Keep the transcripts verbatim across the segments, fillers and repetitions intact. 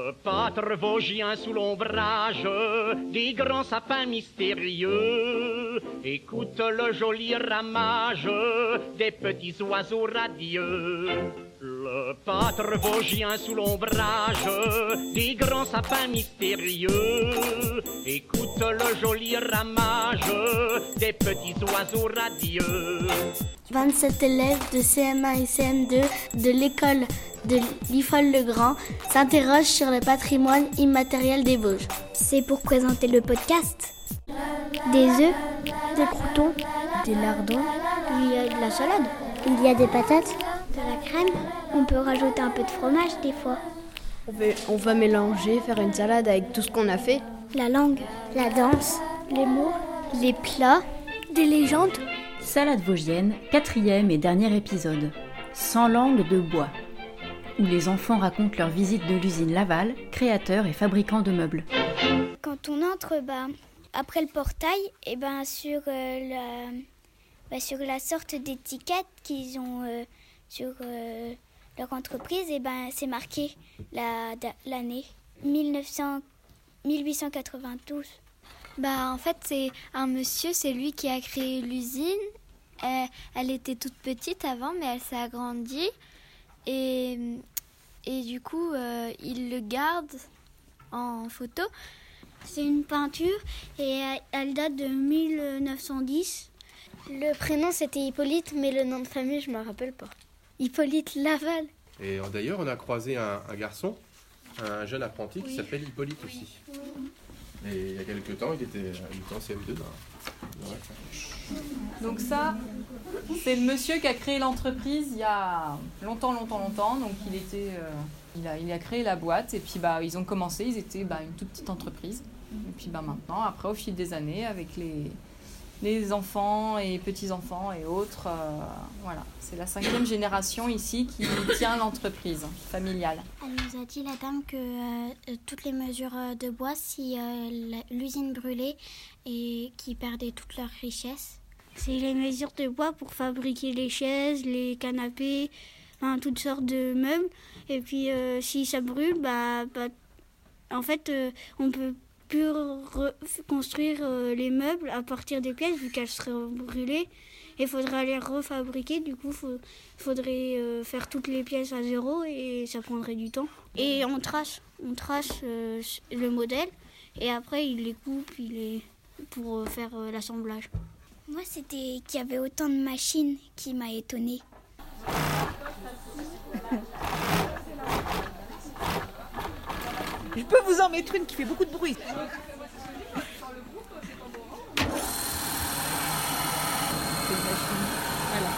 Le pâtre vosgien sous l'ombrage des grands sapins mystérieux écoute le joli ramage des petits oiseaux radieux. Le pâtre vosgien sous l'ombrage des grands sapins mystérieux écoute le joli ramage des petits oiseaux radieux. vingt-sept élèves de C M un et C M deux de l'école de l'I F O L Le Grand s'interrogent sur le patrimoine immatériel des Vosges. C'est pour présenter le podcast. Des œufs, des croûtons, des lardons, il y a de la salade, il y a des patates, de la crème. On peut rajouter un peu de fromage des fois. On va, on va mélanger, faire une salade avec tout ce qu'on a fait. La langue, la danse, les mots, les plats, des légendes. Salade vosgienne, quatrième et dernier épisode. Sans langue de bois, où les enfants racontent leur visite de l'usine Laval, créateur et fabricant de meubles. Quand on entre, bah, après le portail, et ben sur euh, la, bah, sur la sorte d'étiquette qu'ils ont euh, sur euh, leur entreprise, et ben c'est marqué la, l'année mille neuf cents, mille huit cent quatre-vingt-douze. Bah en fait c'est un monsieur, c'est lui qui a créé l'usine. Elle, elle était toute petite avant, mais elle s'est agrandie et et du coup euh, il le garde en photo. C'est une peinture et elle date de mille neuf cent dix. Le prénom c'était Hippolyte, mais le nom de famille je me rappelle pas. Hippolyte Laval. Et d'ailleurs on a croisé un, un garçon, un jeune apprenti qui oui. s'appelle Hippolyte aussi. Oui. Et il y a quelques temps, il était, il était en C M deux. Dans... Donc ça, c'est le monsieur qui a créé l'entreprise il y a longtemps, longtemps, longtemps. Donc il était, euh, il a, il a créé la boîte et puis bah ils ont commencé. Ils étaient bah, une toute petite entreprise. Et puis bah maintenant, après au fil des années, avec les les enfants et petits-enfants et autres, euh, voilà, c'est la cinquième génération ici qui tient l'entreprise familiale. Elle nous a dit, la dame, que euh, toutes les mesures de bois, si euh, l'usine brûlait et qu'ils perdaient toute leur richesse. C'est les mesures de bois pour fabriquer les chaises, les canapés, hein, toutes sortes de meubles. Et puis euh, si ça brûle, bah, bah, en fait, euh, on peut plus reconstruire euh, les meubles à partir des pièces vu qu'elles seraient brûlées. Il faudrait les refabriquer, du coup il faudrait euh, faire toutes les pièces à zéro et ça prendrait du temps. Et on trace, on trace euh, le modèle et après il les coupe il les... pour faire euh, l'assemblage. Moi c'était qu'il y avait autant de machines qui m'a étonnée. Je peux vous en mettre une qui fait beaucoup de bruit. Voilà.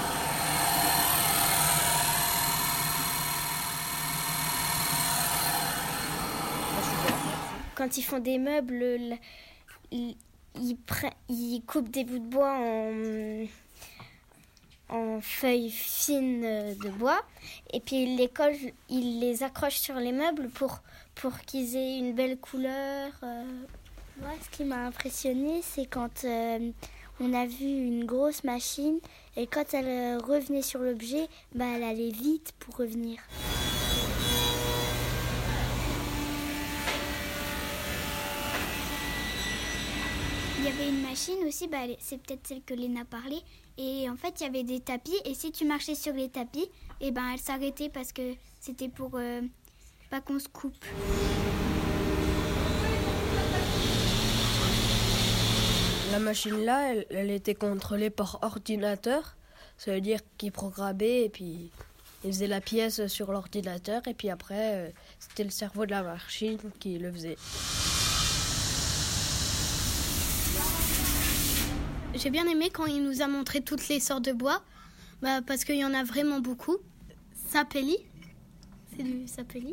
Quand ils font des meubles, ils, ils, pre- ils coupent des bouts de bois en, en feuilles fines de bois et puis ils les collent, ils les accrochent sur les meubles pour pour qu'ils aient une belle couleur. Euh. Moi, ce qui m'a impressionnée, c'est quand euh, on a vu une grosse machine et quand elle revenait sur l'objet, bah, elle allait vite pour revenir. Il y avait une machine aussi, bah, c'est peut-être celle que Léna parlait, et en fait il y avait des tapis et si tu marchais sur les tapis, et ben elle s'arrêtait parce que c'était pour... Euh, pas qu'on se coupe. La machine là, elle, elle était contrôlée par ordinateur. Ça veut dire qu'il programmait et puis il faisait la pièce sur l'ordinateur et puis après euh, c'était le cerveau de la machine qui le faisait. J'ai bien aimé quand il nous a montré toutes les sortes de bois, bah, parce qu'il y en a vraiment beaucoup. Sapelli, c'est du sapelli.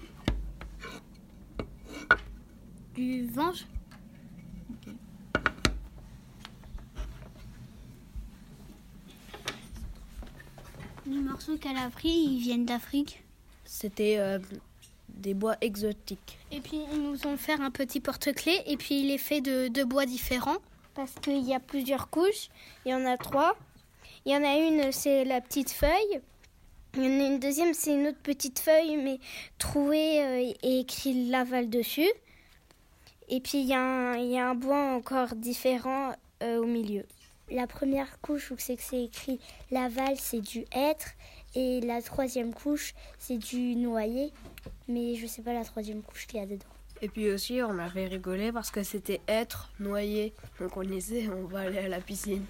Du vange. Okay. Les morceaux qu'elle a pris, ils viennent d'Afrique. C'était euh, des bois exotiques. Et puis ils nous ont fait un petit porte-clés et puis il est fait de deux bois différents parce qu'il y a plusieurs couches. Il y en a trois. Il y en a une, c'est la petite feuille. Il y en a une deuxième, c'est une autre petite feuille, mais trouée euh, et écrit Laval dessus. Et puis il y, y a un bois encore différent euh, au milieu. La première couche où c'est que c'est écrit Laval, c'est du hêtre. Et la troisième couche, c'est du noyer. Mais je sais pas la troisième couche qu'il y a dedans. Et puis aussi, on avait rigolé parce que c'était hêtre, noyer. Donc on disait, on va aller à la piscine.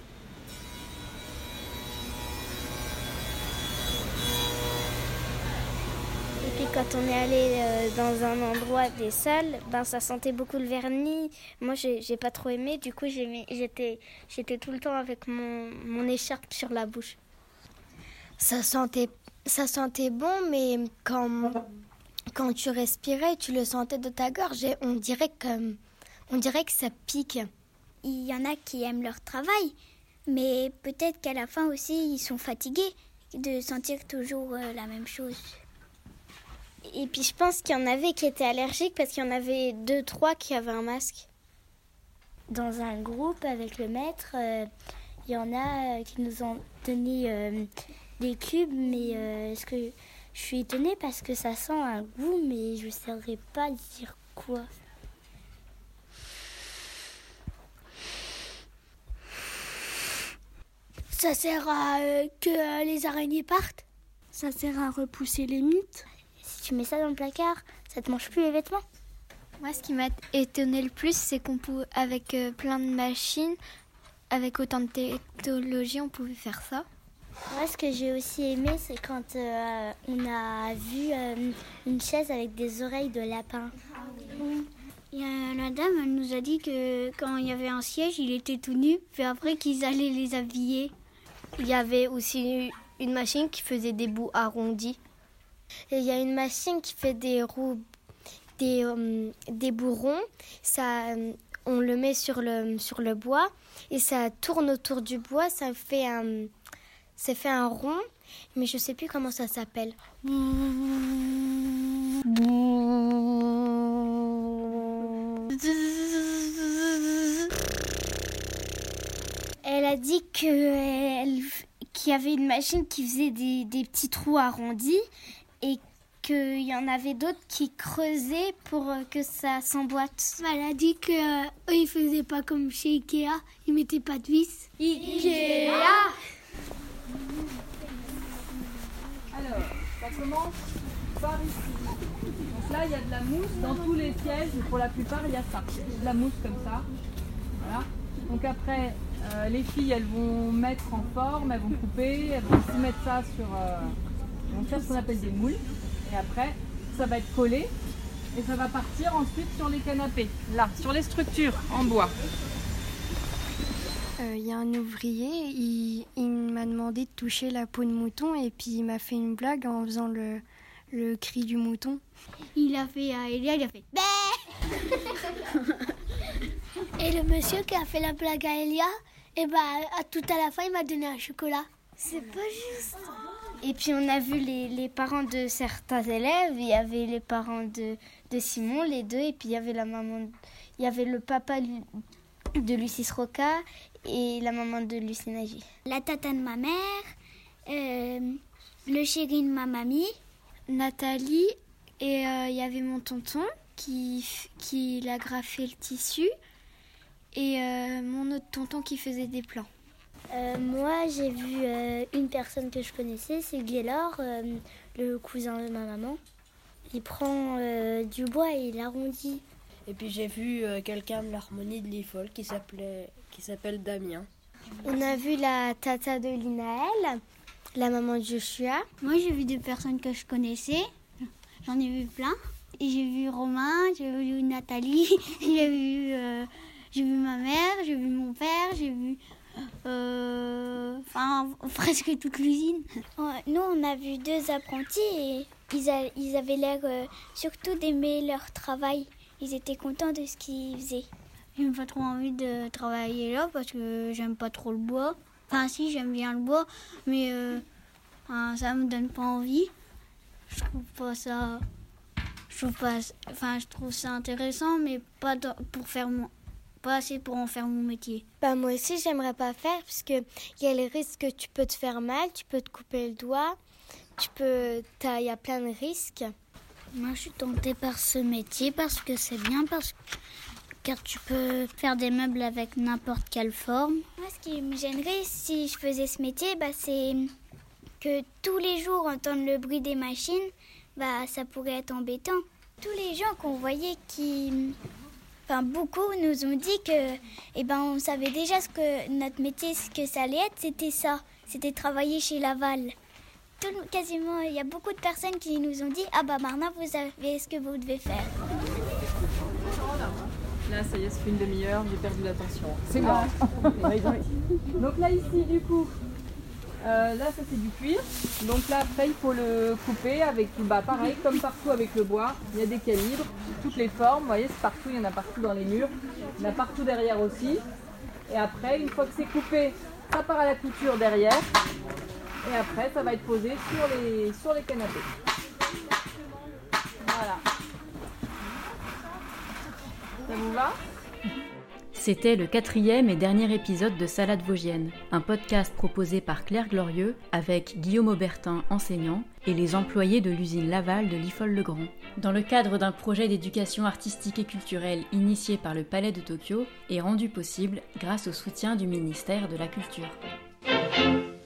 Et puis quand on est allé euh, dans un endroit des salles, ben ça sentait beaucoup le vernis. Moi, j'ai, j'ai pas trop aimé. Du coup, j'ai mis, j'étais, j'étais tout le temps avec mon, mon écharpe sur la bouche. Ça sentait, ça sentait bon, mais quand, quand tu respirais, tu le sentais de ta gorge et on dirait que, on dirait que ça pique. Il y en a qui aiment leur travail, mais peut-être qu'à la fin aussi, ils sont fatigués de sentir toujours euh, la même chose. Et puis je pense qu'il y en avait qui étaient allergiques parce qu'il y en avait deux, trois qui avaient un masque. Dans un groupe avec le maître, euh, il y en a qui nous ont donné euh, des cubes, mais euh, est-ce que je suis étonnée parce que ça sent un goût, mais je ne saurais pas dire quoi. Ça sert à euh, que euh, les araignées partent. Ça sert à repousser les mites. Si tu mets ça dans le placard, ça te mange plus les vêtements. Moi, ce qui m'a étonné le plus, c'est qu'on pouvait, avec euh, plein de machines, avec autant de technologie, on pouvait faire ça. Moi, ce que j'ai aussi aimé, c'est quand euh, on a vu euh, une chaise avec des oreilles de lapin. Oui. Il y a la dame, elle nous a dit que quand il y avait un siège, il était tout nu, puis après qu'ils allaient les habiller. Il y avait aussi une machine qui faisait des bouts arrondis. Et il y a une machine qui fait des roues, des, euh, des bouts ronds. Ça, euh, on le met sur le, sur le bois et ça tourne autour du bois. Ça fait un, ça fait un rond, mais je ne sais plus comment ça s'appelle. Elle a dit que elle, qu'il y avait une machine qui faisait des, des petits trous arrondis et qu'il y en avait d'autres qui creusaient pour que ça s'emboîte. Elle a dit qu'eux, euh, ils faisaient pas comme chez Ikea, ils mettaient pas de vis. Ikea! Alors, ça commence par ici. Donc là, il y a de la mousse dans tous les sièges. Pour la plupart, il y a ça. De la mousse comme ça. Voilà. Donc après, euh, les filles, elles vont mettre en forme, elles vont couper, elles vont aussi mettre ça sur... Euh, elles vont faire ce qu'on appelle des moules. Et après, ça va être collé. Et ça va partir ensuite sur les canapés. Là, sur les structures en bois. Il euh, y a un ouvrier, il, il m'a demandé de toucher la peau de mouton et puis il m'a fait une blague en faisant le, le cri du mouton. Il a fait à Elia, il a fait bé. Et le monsieur qui a fait la blague à Elia, et bah, à tout à la fin, il m'a donné un chocolat. C'est pas juste. Et puis on a vu les, les parents de certains élèves, il y avait les parents de, de Simon, les deux, et puis il y avait la maman, il y avait le papa de Lucie Roca et la maman de Lucie Nagy. La tata de ma mère, euh, le chéri de ma mamie, Nathalie, et il euh, y avait mon tonton qui, qui a graffé le tissu, et euh, mon autre tonton qui faisait des plans. Euh, moi, j'ai vu euh, une personne que je connaissais, c'est Gaylor, euh, le cousin de ma maman. Il prend euh, du bois et il l'arrondit. Et puis j'ai vu euh, quelqu'un de l'harmonie de l'Ifol qui s'appelait, qui s'appelle Damien. On a vu la tata de Linaël, la maman de Joshua. Moi, j'ai vu des personnes que je connaissais. J'en ai vu plein. Et j'ai vu Romain, j'ai vu Nathalie, j'ai vu, euh, j'ai vu ma mère, j'ai vu mon père, j'ai vu... Euh, enfin, presque toute l'usine. Nous, on a vu deux apprentis et ils, a, ils avaient l'air euh, surtout d'aimer leur travail. Ils étaient contents de ce qu'ils faisaient. J'ai pas trop envie de travailler là parce que j'aime pas trop le bois. Enfin, si, j'aime bien le bois, mais euh, enfin, ça me donne pas envie. Je trouve pas ça. Je trouve pas. Enfin, je trouve ça intéressant, mais pas dans, pour faire mon. Pas assez pour en faire mon métier. Bah moi aussi, j'aimerais pas faire parce que il y a les risques que tu peux te faire mal, tu peux te couper le doigt. tu peux, il y a plein de risques. Moi, je suis tentée par ce métier parce que c'est bien, parce que car tu peux faire des meubles avec n'importe quelle forme. Moi, ce qui me gênerait si je faisais ce métier, bah, c'est que tous les jours entendre le bruit des machines, bah, ça pourrait être embêtant. Tous les gens qu'on voyait qui... Enfin, beaucoup nous ont dit que, eh ben, on savait déjà ce que notre métier, ce que ça allait être, c'était ça. C'était travailler chez Laval. Tout, quasiment, il y a beaucoup de personnes qui nous ont dit « Ah bah maintenant, vous savez ce que vous devez faire. » Là, ça y est, ça fait une demi-heure, j'ai perdu l'attention. C'est bon. Donc là, ici, du coup, euh, là, ça c'est du cuir. Donc là, après, il faut le couper avec, bah, pareil, comme partout avec le bois. Il y a des calibres, toutes les formes. Vous voyez, c'est partout, il y en a partout dans les murs. Il y en a partout derrière aussi. Et après, une fois que c'est coupé, ça part à la couture derrière. Et après, ça va être posé sur les, sur les canapés. Voilà. Ça vous va ? C'était le quatrième et dernier épisode de Salade Vosgienne, un podcast proposé par Claire Glorieux avec Guillaume Aubertin, enseignant, et les employés de l'usine Laval de Liffol-le-Grand. Dans le cadre d'un projet d'éducation artistique et culturelle initié par le Palais de Tokyo et rendu possible grâce au soutien du ministère de la Culture.